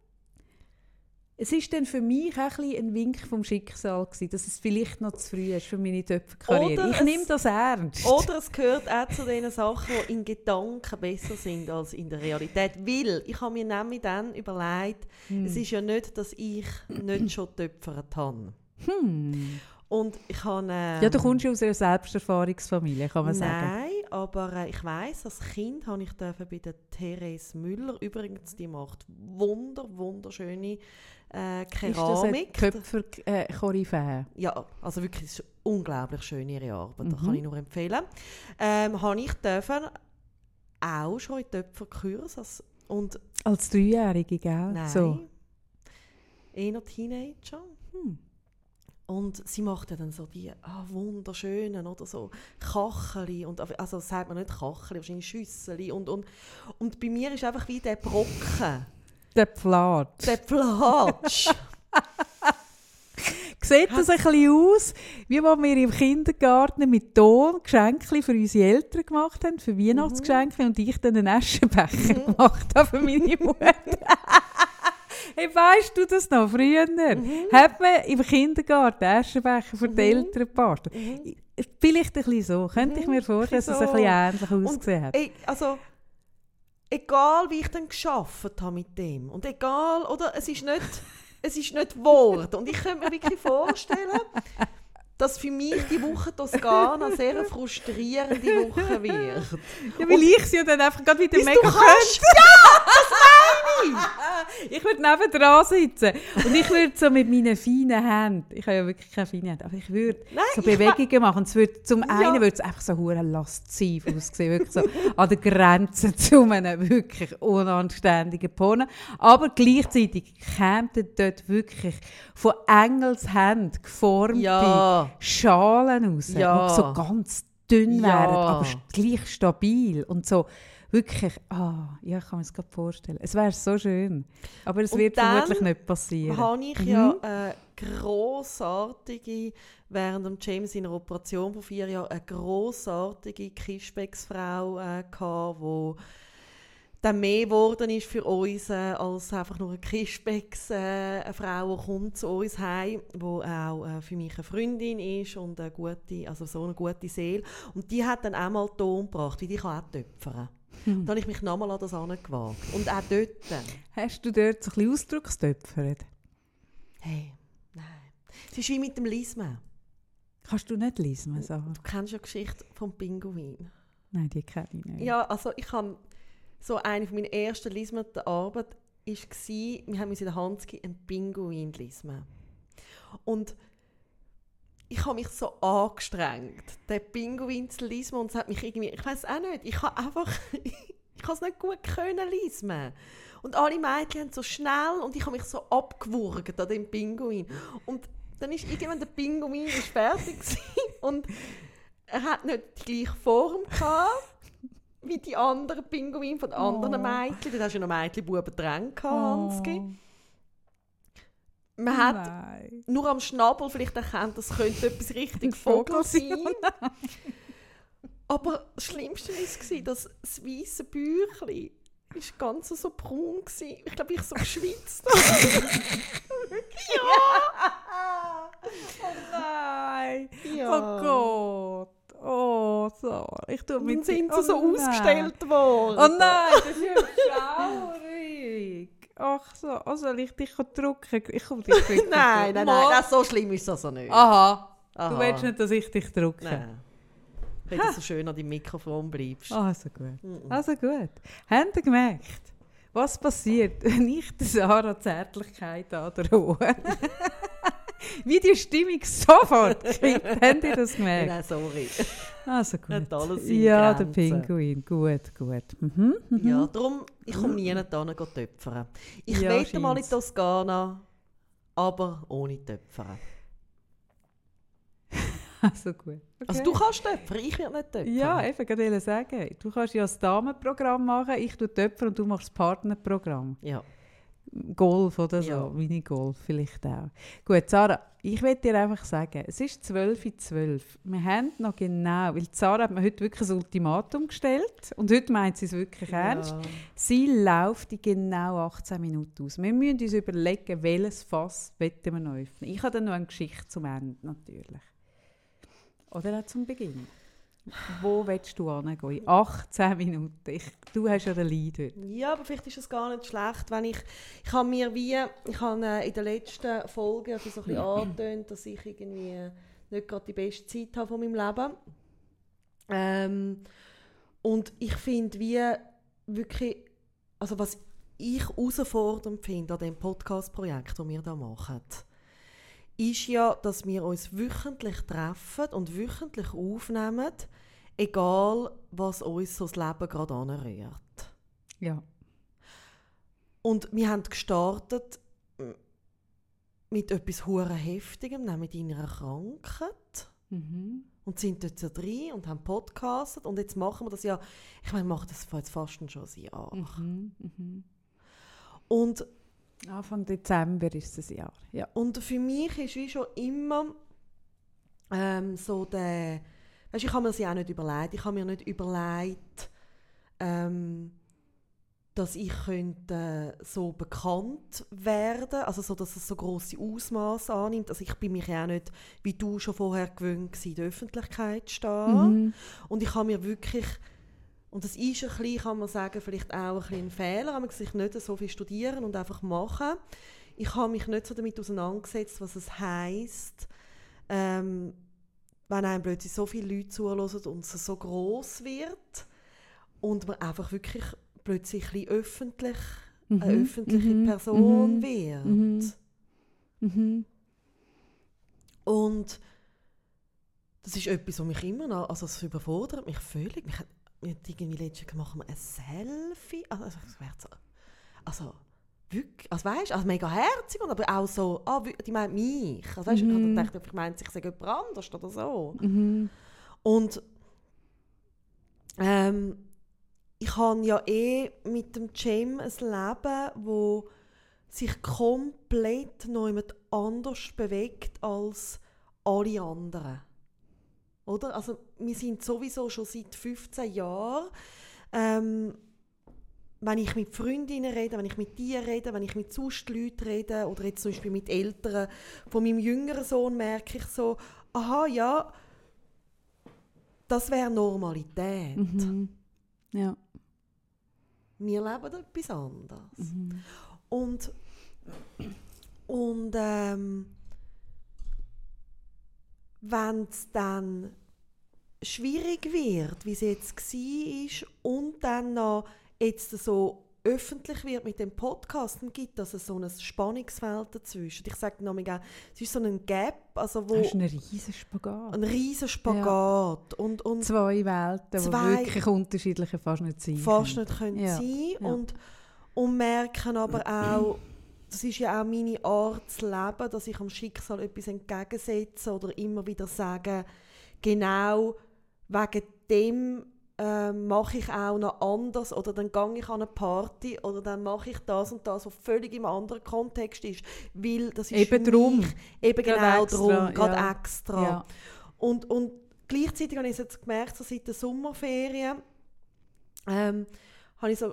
es war dann für mich auch ein, bisschen ein Wink vom Schicksal gewesen, dass es vielleicht noch zu früh ist für meine Töpferkarriere. Ich nehme das ernst. Oder es gehört auch zu den Sachen, die in Gedanken besser sind als in der Realität. Weil ich habe mir nämlich dann überlegt, hm. es ist ja nicht, dass ich nicht schon töpfert habe. Hm. Und ich habe, ähm, ja, du kommst ja aus einer Selbsterfahrungsfamilie, kann man nein, sagen. Nein, aber äh, ich weiss, als Kind habe ich bei der Therese Müller, übrigens, die macht wunder, wunderschöne äh, Keramik. Ist das eine Töpfer-Koryphäe? Äh, ja, also wirklich ist unglaublich schön ihre Arbeit, mhm. das kann ich nur empfehlen. Ähm, habe ich dürfen auch schon in Töpferkurs. Als, und als Dreijährige, gell? Nein, so. eher Teenager. Hm. Und sie macht ja dann so die ah, wunderschönen oder so Kacheli und also sagt man nicht Kacheli, wahrscheinlich Schüsseli und, und, und bei mir ist einfach wie der Brocken. Der Pflatsch. Der Pflatsch. Sieht das ein bisschen aus, wie wenn wir im Kindergarten mit Ton Geschenke für unsere Eltern gemacht haben, für Weihnachtsgeschenke, mhm. und ich dann einen Aschenbecher mhm. gemacht habe für meine Mutter. Hey, weißt du das noch? Früher mhm. hat man im Kindergarten Aschenbecher für mhm. die Eltern gebracht. Mhm. Vielleicht ein bisschen so. Könnte mhm. ich mir vorstellen, dass so. es ein bisschen ähnlich ausgesehen hat. Ey, also, egal wie ich dann gearbeitet habe mit dem, und egal, oder, es ist nicht, es ist nicht Wort. Und ich könnte mir wirklich vorstellen, dass für mich die Woche Toskana eine sehr frustrierende Woche wird. Ja, weil ich sie ja dann einfach gerade wieder mega könnte. Ja, das meine ich! Ich würde nebendran sitzen und ich würde so mit meinen feinen Händen, ich habe ja wirklich keine feinen Hände, aber ich würde Nein, so Bewegungen machen. Und es würde, zum ja. einen würde es einfach so hure lasziv aussehen, wirklich so an der Grenze zu einem wirklich unanständigen Porno. Aber gleichzeitig kämen dort wirklich von Engelshänden geformte ja. Schalen raus, ja. die so ganz dünn ja. wären, aber gleich stabil und so. Wirklich, ah, ja, ich kann mir das gerade vorstellen. Es wäre so schön, aber es und wird vermutlich nicht passieren. Habe ich mhm. ja eine grossartige, während dem James in einer Operation vor vier Jahren, eine grossartige Kischbecks-Frau äh, gehabt, die dann mehr geworden ist für uns, äh, als einfach nur eine Kischbecks, äh, eine Frau, die kommt zu uns heim, die auch äh, für mich eine Freundin ist und eine gute, also so eine gute Seele. Und die hat dann auch mal Ton gebracht, weil die kann auch töpfern. Hm. Dann habe ich mich nochmal an das herangewagt. Und auch dort. Hast du dort so ein bisschen Ausdruckstöpfert? Hey, nein. Es ist wie mit dem Lismen. Kannst du nicht Lismen sagen? Du kennst ja die Geschichte vom Pinguin. Nein, die kenne ich nicht. Ja, also ich habe so eine meiner ersten lismenden Arbeiten war, wir haben uns in der Hanski einen Pinguin lismen. Und ich habe mich so angestrengt, den Pinguin zu lismen, und es hat mich irgendwie, ich weiß auch nicht, ich habe einfach, ich habe es nicht gut können lismen. Und alle Mädchen haben so schnell, und ich habe mich so abgewürgt an dem Pinguin. Und dann ist irgendwann der Pinguin ist fertig gewesen, und er hat nicht die gleiche Form gehabt wie die anderen Pinguine von den anderen oh. Mädchen. Da hast du ja noch Mädchen-Buben dran gehabt, Hanski. Oh. Man hat Nein. nur am Schnabel vielleicht erkannt, das könnte etwas richtig Vogel sein. Aber das Schlimmste war, dass das weisse Büchlein war ganz so braun. Gewesen. Ich glaube, ich so geschwitzt habe. Ja! Oh nein! Ja. Oh Gott! Oh, so. Ich tue Und mit dann sind sie oh, so nein. ausgestellt worden. Oh nein, das ist ja traurig. Ach so, also soll ich dich drücken? Ich komme dich drücken. Nein, nein, nein, das, so schlimm ist es also nicht. Aha. Aha. Du willst nicht, dass ich dich drücke? Nein. Ich will, dass du schön an deinem Mikrofon bleibst. Ah, also gut. Mm-mm. Also gut. Habt ihr gemerkt, was passiert, wenn ich der Sarah Zärtlichkeit androhe? Wie die Stimmung sofort kriegt. Habt ihr das gemerkt? Nein, sorry. Also gut. Hat alles seine Ja, der Grenzen. Pinguin. Gut, gut. Mhm, mhm. Ja, darum, ich komme nie hin töpfern. Ich Ja, wette mal in scheint's. Toskana, aber ohne töpfern. Also gut. Okay. Also du kannst töpfern, ich werde nicht töpfern. Ja, eben, ich wollte sagen. Du kannst ja das Damenprogramm machen, ich tue Töpfer und du machst das Partnerprogramm. Ja. Golf oder so, Ja. Minigolf vielleicht auch. Gut, Sarah, ich will dir einfach sagen, es ist zwölf Uhr zwölf. Wir haben noch genau, weil Sarah hat mir heute wirklich ein Ultimatum gestellt und heute meint sie es wirklich ernst. Ja. Sie läuft in genau achtzehn Minuten aus. Wir müssen uns überlegen, welches Fass wollen wir noch öffnen. Ich habe dann noch eine Geschichte zum Ende, natürlich. Oder auch zum Beginn. Wo willst du hingehen? In achtzehn Minuten. Ich, du hast ja den Lead heute. Ja, aber vielleicht ist es gar nicht schlecht, wenn ich... Ich habe mir wie... Ich habe äh, in der letzten Folge also so ein bisschen angetönt, dass ich irgendwie nicht gerade die beste Zeit habe von meinem Leben. Ähm, und ich finde wie wirklich... Also was ich herausfordernd finde an diesem Podcast-Projekt, das wir hier machen, ist ja, dass wir uns wöchentlich treffen und wöchentlich aufnehmen, egal was uns so das Leben gerade anrührt. Ja. Und wir haben gestartet mit etwas hure Heftigem, nämlich deiner Krankheit. Mhm. Und sind dort so drin und haben podcastet. Und jetzt machen wir das ja, ich meine, wir machen das jetzt fast schon ein Jahr. Mhm. Mhm. Und Anfang Dezember ist das Jahr. Ja. Und für mich ist wie schon immer ähm, so der... Weißt, ich habe mir das ja auch nicht überlegt. Ich habe mir nicht überlegt, ähm, dass ich könnte, äh, so bekannt werden, also so, dass es so grosse Ausmaße annimmt. Also ich bin mich ja auch nicht, wie du schon vorher gewöhnt gewesen, in der Öffentlichkeit zu stehen. Mhm. Und ich habe mir wirklich... Und das ist ein bisschen, kann man sagen, vielleicht auch ein, bisschen ein Fehler, man sich nicht so viel studieren und einfach machen. Ich habe mich nicht so damit auseinandergesetzt, was es heisst, ähm, wenn einem plötzlich so viele Leute zuhören und es so gross wird und man einfach wirklich plötzlich ein bisschen öffentlich, Mhm. eine öffentliche Mhm. Person Mhm. wird. Mhm. Mhm. Und das ist etwas, was mich immer noch, also es überfordert mich völlig. Mich hat, irgendwie letztens machen wir ein Selfie. Also, so, also wirklich, also weißt, also mega herzig, und aber auch so, ah, die meint mich. Also, weißt, Mhm. ich dachte, ich meinte, ich sage jemand anders oder so. Mhm. Und ähm, ich habe ja eh mit dem Cem ein Leben, wo sich komplett noch jemand anders bewegt als alle anderen. Oder? Also, wir sind sowieso schon seit fünfzehn Jahren, ähm, wenn ich mit Freundinnen rede, wenn ich mit dir rede, wenn ich mit sonst Leuten rede oder jetzt zum Beispiel mit Eltern von meinem jüngeren Sohn, merke ich so, aha, ja, das wäre Normalität. Mhm. Ja. Wir leben etwas anderes. Mhm. Und, und ähm, wenn es dann schwierig wird, wie es jetzt war, und dann noch jetzt so öffentlich wird mit dem Podcast, dann gibt es so ein Spannungsfeld dazwischen. Ich sage nochmal, es ist so ein Gap, also wo Das ist ein riesen Spagat. ein riesen Spagat. Ja. Und, und Zwei Welten, zwei die wirklich unterschiedliche fast nicht sein fast können. nicht können Ja. sein Ja. und, und merken aber auch, das ist ja auch meine Art zu leben, dass ich am Schicksal etwas entgegensetze oder immer wieder sage, genau wegen dem äh, mache ich auch noch anders, oder dann gehe ich an eine Party oder dann mache ich das und das, was völlig im anderen Kontext ist, weil das ist Eben für drum. mich, eben Gerade genau extra, darum, gerade ja. extra. Ja. Und, und gleichzeitig habe ich jetzt gemerkt, so seit der Sommerferien, ähm, habe ich so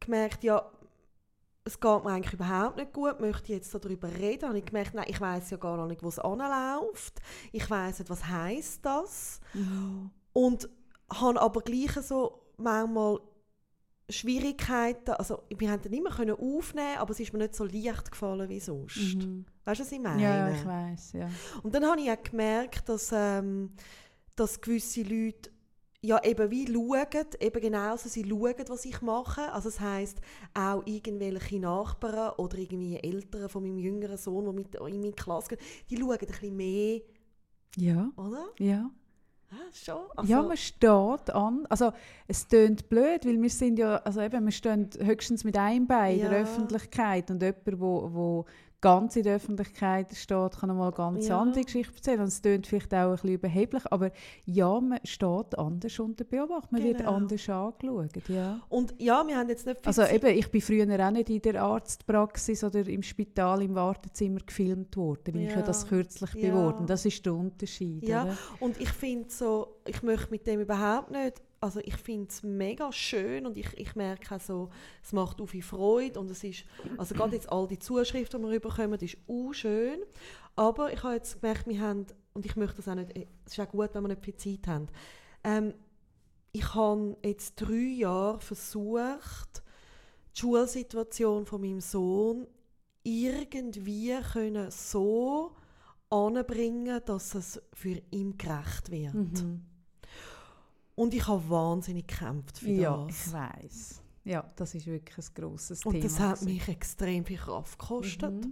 gemerkt, ja, es geht mir eigentlich überhaupt nicht gut, möchte ich jetzt darüber reden. Habe ich gemerkt, nein, ich weiss ja gar nicht, wo es anläuft. Ich weiss nicht, was heisst das. Mhm. Und habe aber gleich so manchmal Schwierigkeiten, also wir haben dann immer können aufnehmen, aber es ist mir nicht so leicht gefallen wie sonst. Mhm. Weißt du, was ich meine? Ja, ich weiss, ja. Und dann habe ich auch gemerkt, dass, ähm, dass gewisse Leute ja eben wie schauen, eben genauso, sie schauen, was ich mache. Also das heisst, auch irgendwelche Nachbarn oder irgendwie Eltern von meinem jüngeren Sohn, die mit in meine Klasse gehen, die schauen ein bisschen mehr, Ja, oder? ja. Ja, schon. Also, Ja, man steht an. Also es tönt blöd, weil wir sind ja, also eben, wir stehen höchstens mit einem Bein Ja. in der Öffentlichkeit und jemand, der wo, wo ganz in der Öffentlichkeit steht, kann einmal ganz Ja. andere Geschichte erzählen. Und es tönt vielleicht auch ein bisschen überheblich, aber ja, man steht anders unter Beobachtung. Man wird Genau. anders angeschaut, ja. Und ja, wir haben jetzt nicht viel Also Zeit- eben, ich bin früher auch nicht in der Arztpraxis oder im Spital im Wartezimmer gefilmt worden, weil ich ja Ja. das kürzlich Ja. geworden. Das ist der Unterschied, Ja, oder? und ich finde so, ich möchte mit dem überhaupt nicht, also ich finde es mega schön und ich, ich merke auch so, es macht auch viel Freude und es ist, also gerade jetzt all die Zuschriften, die wir bekommen, ist auch schön, aber ich habe jetzt gemerkt, wir haben, und ich möchte das auch nicht, es ist auch gut, wenn wir nicht viel Zeit haben, ähm, ich habe jetzt drei Jahre versucht, die Schulsituation von meinem Sohn irgendwie können so anbringen, dass es für ihn gerecht wird. Mhm. Und ich habe wahnsinnig gekämpft für Ja, das. ich weiss. Ja, das ist wirklich ein grosses Und Thema. das hat gewesen. mich extrem viel Kraft gekostet. Mhm.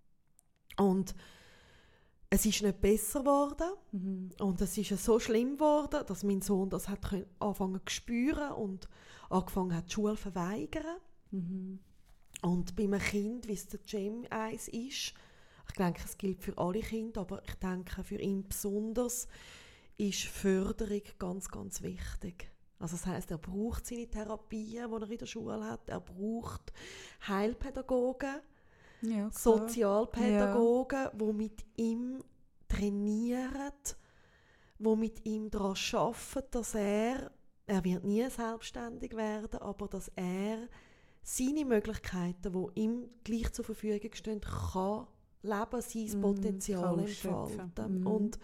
Und es ist nicht besser geworden. Mhm. Und es ist so schlimm geworden, dass mein Sohn das hat können anfangen zu spüren und angefangen hat, die Schule zu verweigern. Mhm. Und bei einem Kind, wie es der Cem eins ist, ich denke, es gilt für alle Kinder, aber ich denke, für ihn besonders ist Förderung ganz, ganz wichtig. Also das heisst, er braucht seine Therapien, die er in der Schule hat. Er braucht Heilpädagogen, Ja, klar. Sozialpädagogen, die mit ihm trainieren, die mit ihm daran arbeiten, dass er, er wird nie selbstständig werden, aber dass er seine Möglichkeiten, die ihm gleich zur Verfügung stehen, kann leben, sein Mhm, Potenzial kann entfalten. ausschöpfen. Mhm. Und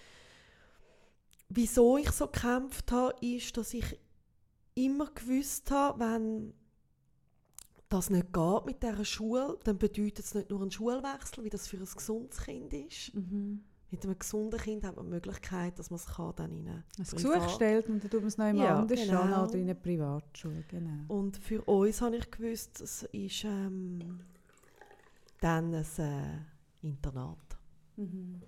wieso ich so gekämpft habe, ist, dass ich immer gewusst habe, wenn das nicht geht mit dieser Schule, dann bedeutet es nicht nur einen Schulwechsel, wie das für ein gesundes Kind ist. Mhm. Mit einem gesunden Kind hat man die Möglichkeit, dass man es kann dann in eine Ein Privat- Gesuch stellt und dann tut man es noch jemand Ja, anders genau. an oder in eine Privatschule. Genau. Und für uns habe ich gewusst, es ist ähm, dann ein äh, Internat. Mhm.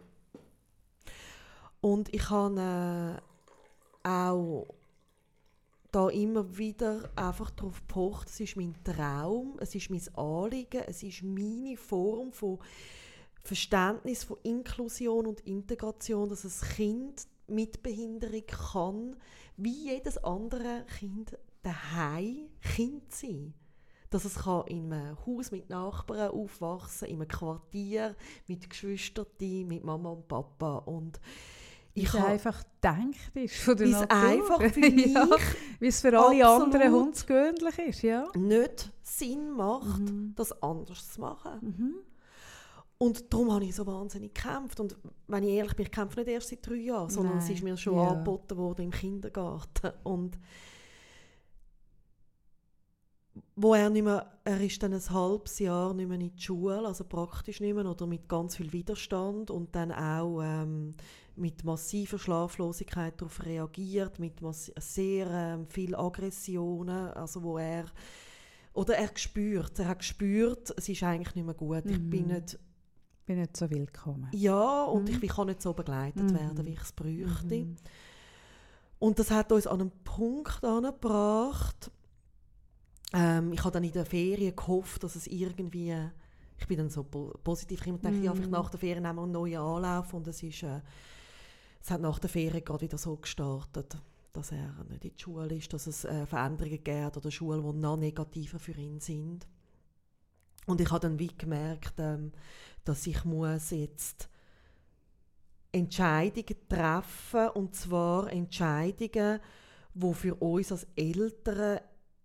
Und ich habe äh, auch da immer wieder einfach darauf gepocht, es ist mein Traum, es ist mein Anliegen, es ist meine Form von Verständnis von Inklusion und Integration, dass ein Kind mit Behinderung kann, wie jedes andere Kind daheim Kind sein. Dass es kann in einem Haus mit Nachbarn aufwachsen, in einem Quartier mit Geschwistern, mit Mama und Papa. Und Wie ich es habe einfach gedacht ist von der wie es Natur. einfach für mich ja, wie es für alle absolut anderen hundsgewöhnlich ist. Ja. nicht Sinn macht, Mhm. das anders zu machen. Mhm. Und darum habe ich so wahnsinnig gekämpft. Und wenn ich ehrlich bin, ich kämpfe nicht erst seit drei Jahren, sondern Nein, es ist mir schon ja. angeboten worden im Kindergarten. Und wo er nicht mehr, er ist dann ein halbes Jahr nicht mehr in die Schule, also praktisch nicht mehr, oder mit ganz viel Widerstand und dann auch ähm, mit massiver Schlaflosigkeit darauf reagiert, mit mass- sehr ähm, viel Aggressionen, also wo er, oder er gespürt, er hat gespürt, es ist eigentlich nicht mehr gut, ich Mhm. bin nicht, Ich bin nicht so willkommen. ja, und Mhm. ich, ich kann nicht so begleitet Mhm. werden, wie ich es bräuchte. Mhm. Und das hat uns an einen Punkt angebracht. Ähm, ich habe dann in der Ferien gehofft, dass es irgendwie, ich bin dann so po- positiv, ich habe gedacht, Mhm. ja, vielleicht nach der Ferien nehmen wir einen neuen Anlauf und es ist, äh, es hat nach der Ferien gerade wieder so gestartet, dass er nicht in die Schule ist, dass es äh, Veränderungen gibt oder Schulen, die noch negativer für ihn sind. Und ich habe dann wie gemerkt, ähm, dass ich muss jetzt Entscheidungen treffen, und zwar Entscheidungen, die für uns als Eltern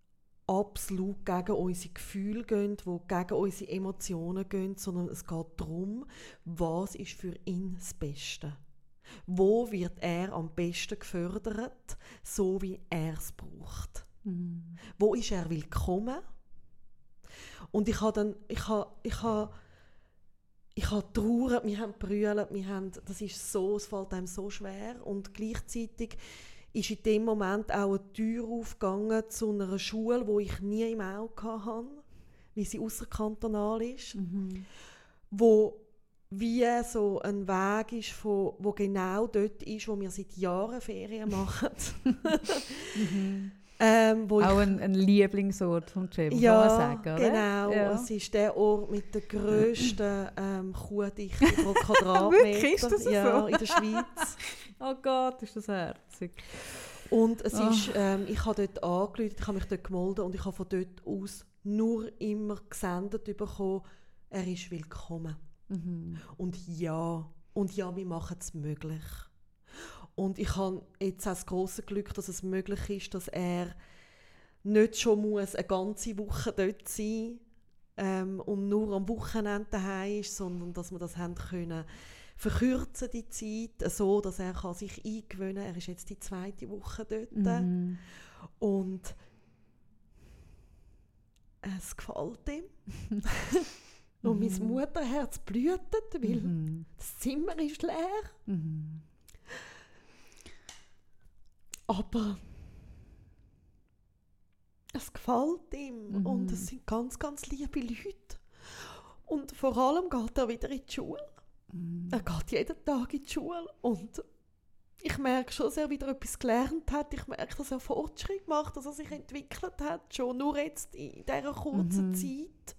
absolut gegen unsere Gefühle gehen, die gegen unsere Emotionen gehen, sondern es geht darum, was ist für ihn das Beste. Wo wird er am besten gefördert, so wie er es braucht. Mhm. Wo ist er willkommen? Und ich habe dann, ich habe, ich habe, ich habe traurig, wir haben gebrüllt, wir haben, das ist so, es fällt einem so schwer und gleichzeitig ist in dem Moment auch eine Tür aufgegangen zu einer Schule, die ich nie im Auge hatte, weil sie ausserkantonal ist, mhm. wo wie so ein Weg ist, von, wo genau dort ist, wo wir seit Jahren Ferien machen. mhm. ähm, wo auch ich, ein, ein Lieblingsort von Cem, ja, kann man sagen, oder? Genau. Ja. Es ist der Ort mit der grössten ähm, Kuhdichte pro Quadratmeter. Wirklich? Ist das ja, so? in der Schweiz. Oh Gott, ist das herzig. Und es oh. ist, ähm, ich habe dort angerufen, ich habe mich dort gemeldet und ich habe von dort aus nur immer gesendet bekommen, er ist willkommen. Mhm. Und ja, und ja, wir machen es möglich. Und ich habe jetzt auch das grosse Glück, dass es möglich ist, dass er nicht schon muss eine ganze Woche dort sein ähm, und nur am Wochenende daheim ist, sondern dass wir das haben können verkürzen die Zeit, so dass er kann sich eingewöhnen kann. Er ist jetzt die zweite Woche dort. Mhm. Und es gefällt ihm. Und mein Mutterherz blutet, weil mhm. das Zimmer ist leer. Mhm. Aber es gefällt ihm. Mhm. Und es sind ganz, ganz liebe Leute. Und vor allem geht er wieder in die Schule. Mhm. Er geht jeden Tag in die Schule. Und ich merke schon, dass er wieder etwas gelernt hat. Ich merke, dass er Fortschritt macht, dass er sich entwickelt hat. Schon nur jetzt in dieser kurzen mhm. Zeit.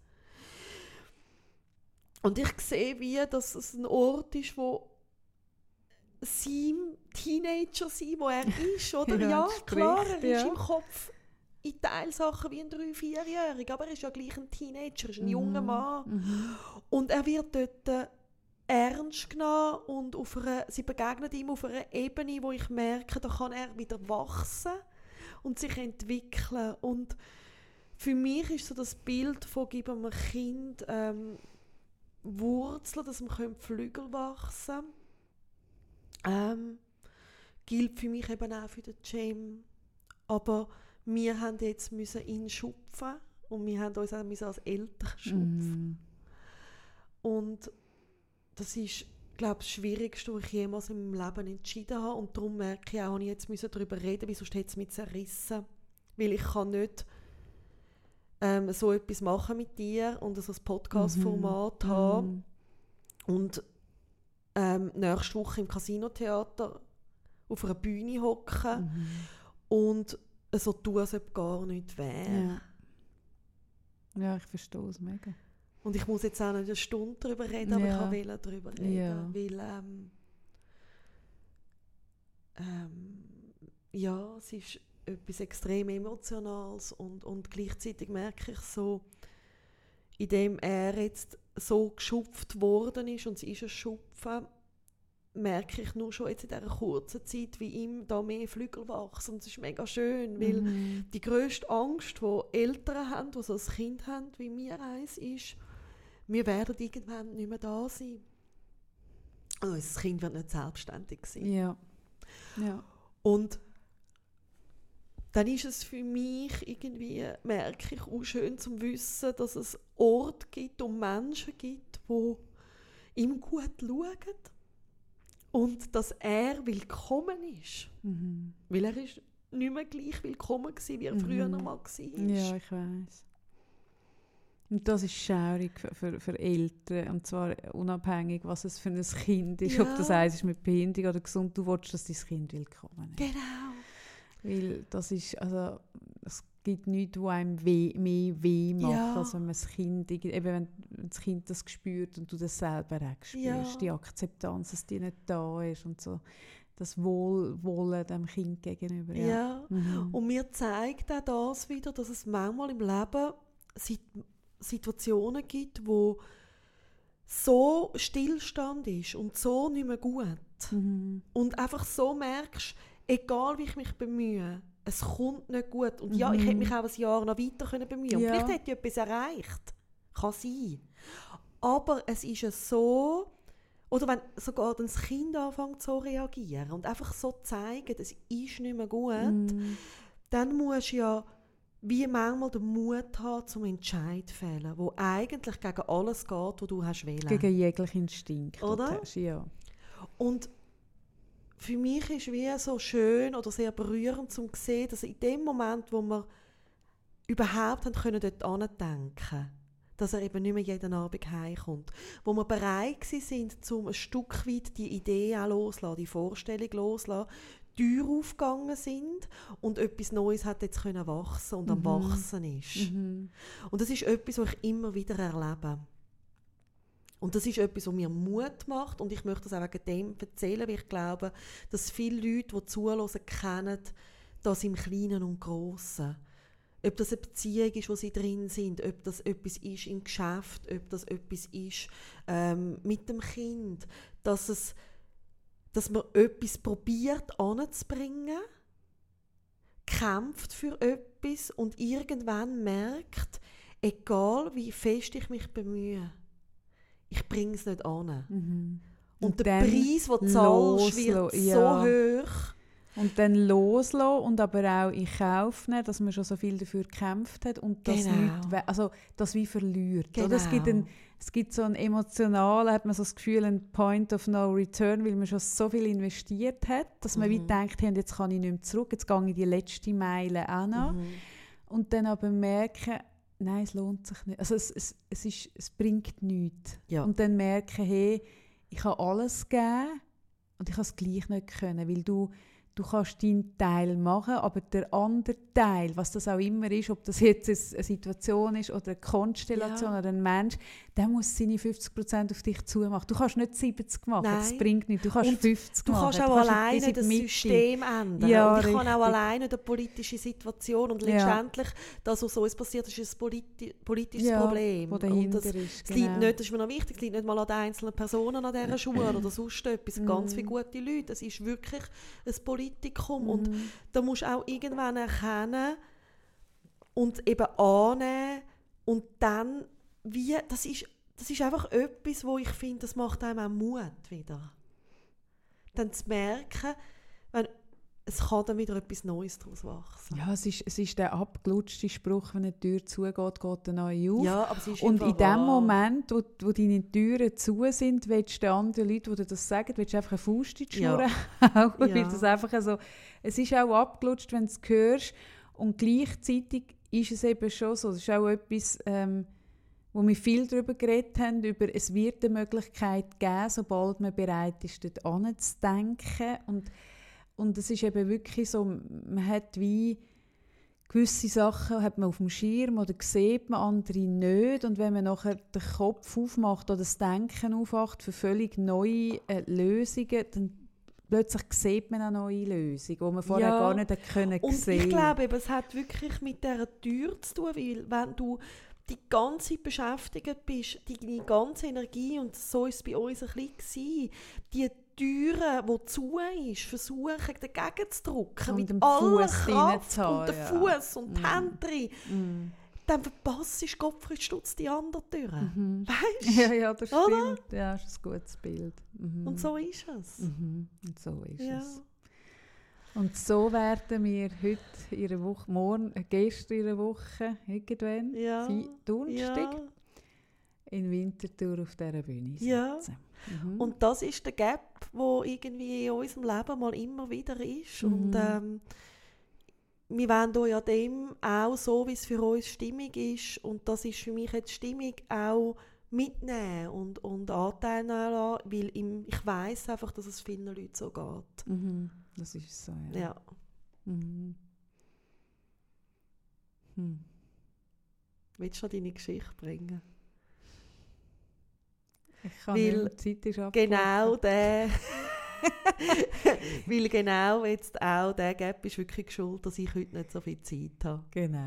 Und ich sehe, wie, dass es ein Ort ist, wo sein Teenager sein, wo er ist. Oder? ja, ja klar, er ja. ist im Kopf in Teilsachen wie ein drei-, vierjähriger, aber er ist ja gleich ein Teenager, er ist ein mhm. junger Mann. Mhm. Und er wird dort äh, ernst genommen und auf einer, sie begegnen ihm auf einer Ebene, wo ich merke, da kann er wieder wachsen und sich entwickeln. Und für mich ist so das Bild von «Gib einem Kind ähm, Wurzeln, dass man Flügel wachsen können», ähm, gilt für mich eben auch für den Cem. Aber wir haben jetzt müssen ihn schupfen und wir haben uns auch müssen als Eltern schupfen. Mm. Und das ist, glaube ich, das Schwierigste, was ich jemals in meinem Leben entschieden habe. Und darum merke ich auch, dass ich jetzt müssen darüber reden, weil sonst hätte es mich zerrissen. Weil ich kann nicht ähm, so etwas machen mit dir und so ein Podcast-Format mm-hmm. haben. Mm. Und ähm, nächste Woche im Casino-Theater auf einer Bühne hocken mm-hmm. und so tun, als ob gar nicht wäre. Ja. ja, ich verstehe es mega. Und ich muss jetzt auch nicht eine Stunde darüber reden, aber ja. ich wollte darüber reden, ja. weil ähm, ähm, ja, es ist etwas extrem Emotionales und, und gleichzeitig merke ich so, indem er jetzt so geschupft worden ist, und es ist ein Schupfen, merke ich nur schon jetzt in dieser kurzen Zeit, wie ihm da mehr Flügel wachsen. Und es ist mega schön, weil mhm. die grösste Angst, die Eltern haben, die so ein Kind haben, wie mir eins ist, wir werden irgendwann nicht mehr da sein. Also das Kind wird nicht selbstständig sein. Ja. Ja. Und dann ist es für mich irgendwie, merke ich, auch schön zu wissen, dass es Orte gibt und Menschen gibt, die ihm gut schauen. Und dass er willkommen ist. Mhm. Weil er ist nicht mehr gleich willkommen war, wie er mhm. früher noch mal war. Ja, ich weiss. Und das ist schaurig für, für, für Eltern. Und zwar unabhängig, was es für ein Kind ist. Ja. Ob das eins ist mit Behinderung oder gesund. Du willst, dass dein Kind willkommen ist. Genau. Weil das ist, also, es gibt nichts, was einem weh, mehr weh macht, ja. als wenn man das Kind, eben wenn das Kind das spürt und du das selber auch spürst. Ja. Die Akzeptanz, dass die nicht da ist und so. Das Wohlwollen dem Kind gegenüber. Ja, ja. Mhm. Und mir zeigt auch das wieder, dass es manchmal im Leben Situationen gibt, wo so Stillstand ist und so nicht mehr gut. Mhm. Und einfach so merkst, egal wie ich mich bemühe, es kommt nicht gut. Und ja, ich hätte mich auch ein Jahr noch weiter können bemühen. Ja. Und vielleicht hätte ich etwas erreicht. Kann sein. Aber es ist ja so, oder wenn sogar das Kind anfängt zu reagieren und einfach so zeigen, es ist nicht mehr gut, Mm. dann musst du ja wie manchmal den Mut haben, zum Entscheid zu fällen, wo eigentlich gegen alles geht, was du hast wählen. Gegen jeglichen Instinkt. Oder? Hast, ja. Und für mich ist es wie so schön oder sehr berührend zu sehen, dass in dem Moment, wo wir überhaupt haben können, dort andenken, dass er eben nicht mehr jeden Abend heimkommt, wo wir bereit sind, um ein Stück weit die Idee auch loszulassen, die Vorstellung loszulassen, Türen aufgegangen sind und etwas Neues hat jetzt können wachsen und am Mhm. Wachsen ist. Mhm. Und das ist etwas, was ich immer wieder erlebe. Und das ist etwas, was mir Mut macht und ich möchte das auch wegen dem erzählen, weil ich glaube, dass viele Leute, die zuhören, kennen das im Kleinen und Grossen. Ob das eine Beziehung ist, wo sie drin sind, ob das etwas ist im Geschäft, ob das etwas ist ähm, mit dem Kind, dass, es, dass man etwas probiert anzubringen, kämpft für etwas und irgendwann merkt, egal wie fest ich mich bemühe, ich bringe es nicht an. Mhm. Und, Und der dann Preis, den du zahlst, wird loslassen, so ja. hoch. Und dann loslassen und aber auch in Kauf nehmen, dass man schon so viel dafür gekämpft hat und das Genau. nicht, we- also das wie verliert. Genau. Oder? Es, gibt ein, es gibt so einen emotionalen, hat man so das Gefühl, ein Point of no return, weil man schon so viel investiert hat, dass man Mhm. wie denkt, hey, jetzt kann ich nicht mehr zurück, jetzt gehe ich die letzte Meile auch noch. Mhm. Und dann aber merken, nein, es lohnt sich nicht. Also es, es, es, ist, es bringt nichts. Ja. Und dann merken, hey, ich kann alles geben und ich kann es gleich nicht können, weil du Du kannst deinen Teil machen, aber der andere Teil, was das auch immer ist, ob das jetzt eine Situation ist oder eine Konstellation Ja. oder ein Mensch, der muss seine fünfzig Prozent auf dich zumachen. Du kannst nicht siebzig machen, das Nein. bringt nichts. Du kannst Und fünfzig Du machen. kannst auch bis alleine in die das Mitte. System ändern. Ja, und ich kann auch richtig. alleine die politische Situation. Und Ja. letztendlich, das, was uns passiert, ist ein politi politisches Ja, Problem. wo Und dahinter das, ist, es liegt genau. nicht, das ist mir noch wichtig, es liegt nicht mal an den einzelnen Personen an dieser Schule oder sonst etwas. Ganz viele gute Leute. Es ist wirklich ein Politikum. Und Mhm. da musst du auch irgendwann erkennen und eben annehmen und dann, wie, das ist, das ist einfach etwas, wo ich finde, das macht einem auch Mut wieder. Dann zu merken, wenn, es kann dann wieder etwas Neues daraus wachsen. Ja, es ist, es ist der abgelutschte Spruch, wenn eine Tür zugeht, geht eine neue auf. Ja, aber es ist Und einfach in dem wahr. Moment, wo, wo deine Türen zu sind, willst du den anderen Leuten, die dir das sagen, willst du einfach eine Faust in die Ja. Schnur hauen. Weil Ja. das einfach so, es ist auch abgelutscht, wenn du es hörst. Und gleichzeitig ist es eben schon so. Es ist auch etwas, ähm, wo wir viel darüber geredet haben, über es wird eine Möglichkeit geben, sobald man bereit ist, dort anzudenken. Und, und es ist eben wirklich so, man hat wie gewisse Sachen hat man auf dem Schirm oder sieht man, andere nicht. Und wenn man nachher den Kopf aufmacht oder das Denken aufmacht für völlig neue äh, Lösungen, dann plötzlich sieht man eine neue Lösung, die man vorher Ja. gar nicht hat können Und sehen. ich glaube, eben, es hat wirklich mit dieser Tür zu tun, weil wenn du die ganze Zeit beschäftigt bist, deine ganze Energie, und so war es bei uns ein bisschen, die Türen, die zu ist, versuchen dagegen zu drücken, Und mit den aller Fuss Kraft reinzuhauen, und den ja. Fuß und die Mm. Hände drin, Mm. dann verpasst du Gottfried Stutz die andere Tür. Mhm. Weißt du? Ja, ja, das Oder? stimmt. Ja, das ist ein gutes Bild. Mhm. Und so ist es. Mhm. Und so ist Ja. es. Und so werden wir heute in einer Woche, morgen, äh, gestern in einer Woche, irgendwann, Ja. Sie- Donnerstag, Ja. in Winterthur auf dieser Bühne sitzen. Ja. Mhm. Und das ist der Gap, wo irgendwie in unserem Leben mal immer wieder ist. Mhm. Und ähm, wir wollen hier ja dem auch so, wie es für uns stimmig ist. Und das ist für mich jetzt stimmig auch mitnehmen und, und Anteil nehmen lassen, weil im, ich weiss einfach, dass es vielen Leuten so geht. Mhm. Das ist so, ja. Ja. Mhm. Hm. Willst du noch deine Geschichte bringen? Ich kann Weil nicht, die Zeit ist abgelaufen. Genau der... weil genau jetzt auch der Gap ist wirklich schuld, dass ich heute nicht so viel Zeit habe. Genau.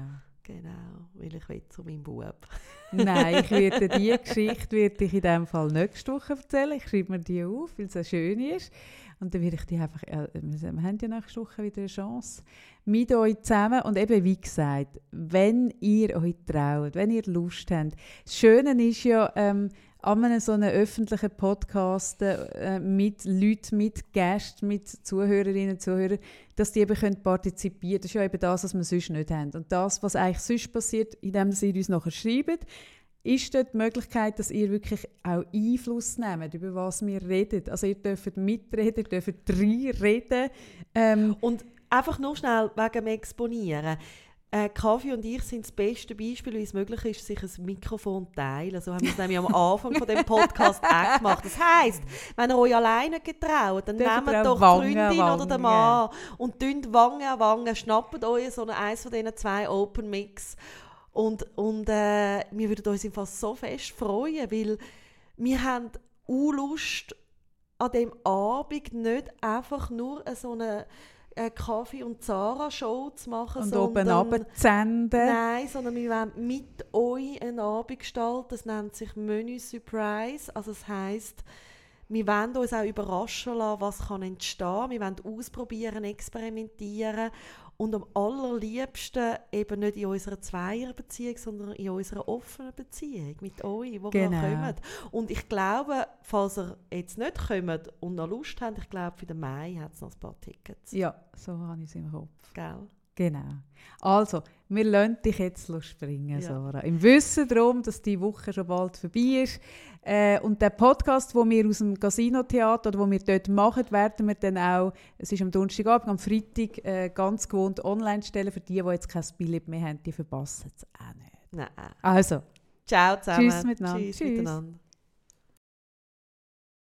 Genau, weil ich will zu meinem Bub. Nein, ich werde die Geschichte werde ich in diesem Fall nächste Woche erzählen. Ich schreibe mir die auf, weil es so schön ist. Und dann werde ich die einfach, äh, wir haben ja nächste Woche wieder eine Chance, mit euch zusammen. Und eben, wie gesagt, wenn ihr euch traut, wenn ihr Lust habt. Das Schöne ist ja, ähm, an einem so einem öffentlichen Podcast äh, mit Leuten, mit Gästen, mit Zuhörerinnen und Zuhörern, dass die eben können partizipieren können. Das ist ja eben das, was wir sonst nicht haben. Und das, was eigentlich sonst passiert, indem sie uns nachher schreiben, ist dort die Möglichkeit, dass ihr wirklich auch Einfluss nehmt, über was wir reden. Also ihr dürft mitreden, ihr dürft reinreden. Ähm, und einfach nur schnell wegen dem Exponieren. Äh, Kaffee und ich sind das beste Beispiel, wie es möglich ist, sich ein Mikrofon zu teilen. So haben wir es nämlich am Anfang von dem Podcast auch gemacht. Das heisst, wenn ihr euch alleine getraut, dann nehmt doch Wange, die Freundin Wange. Oder den Mann und dünnt Wange an Wange, schnappt euch so eins von diesen zwei Open Mix. Und, und äh, wir würden uns im Fall so fest freuen, weil wir haben auch Lust, an diesem Abend nicht einfach nur so eine Kaffee- und Zara-Show zu machen. Und oben runterzusenden. Nein, sondern wir wollen mit euch einen Abend gestalten. Das nennt sich Menü Surprise. Also das heisst, wir wollen uns auch überraschen lassen, was kann entstehen. Wir wollen ausprobieren, experimentieren und am allerliebsten eben nicht in unserer Zweierbeziehung, sondern in unserer offenen Beziehung mit euch, wo genau. wir kommen. Und ich glaube, falls ihr jetzt nicht kommt und noch Lust habt, ich glaube, für den Mai hat es noch ein paar Tickets. Ja, so habe ich es im Kopf. Gell? Genau. Also, wir lassen dich jetzt springen, ja. Sarah. Im Wissen darum, dass die Woche schon bald vorbei ist. Äh, und der Podcast, den wir aus dem Casino-Theater oder den wir dort machen, werden wir dann auch, es ist am Donnerstagabend, am Freitag, äh, ganz gewohnt online stellen. Für die, die jetzt kein Billett mehr haben, die verpassen es auch nicht. Nein. Also, ciao zusammen. Tschüss miteinander. Tschüss Tschüss. miteinander.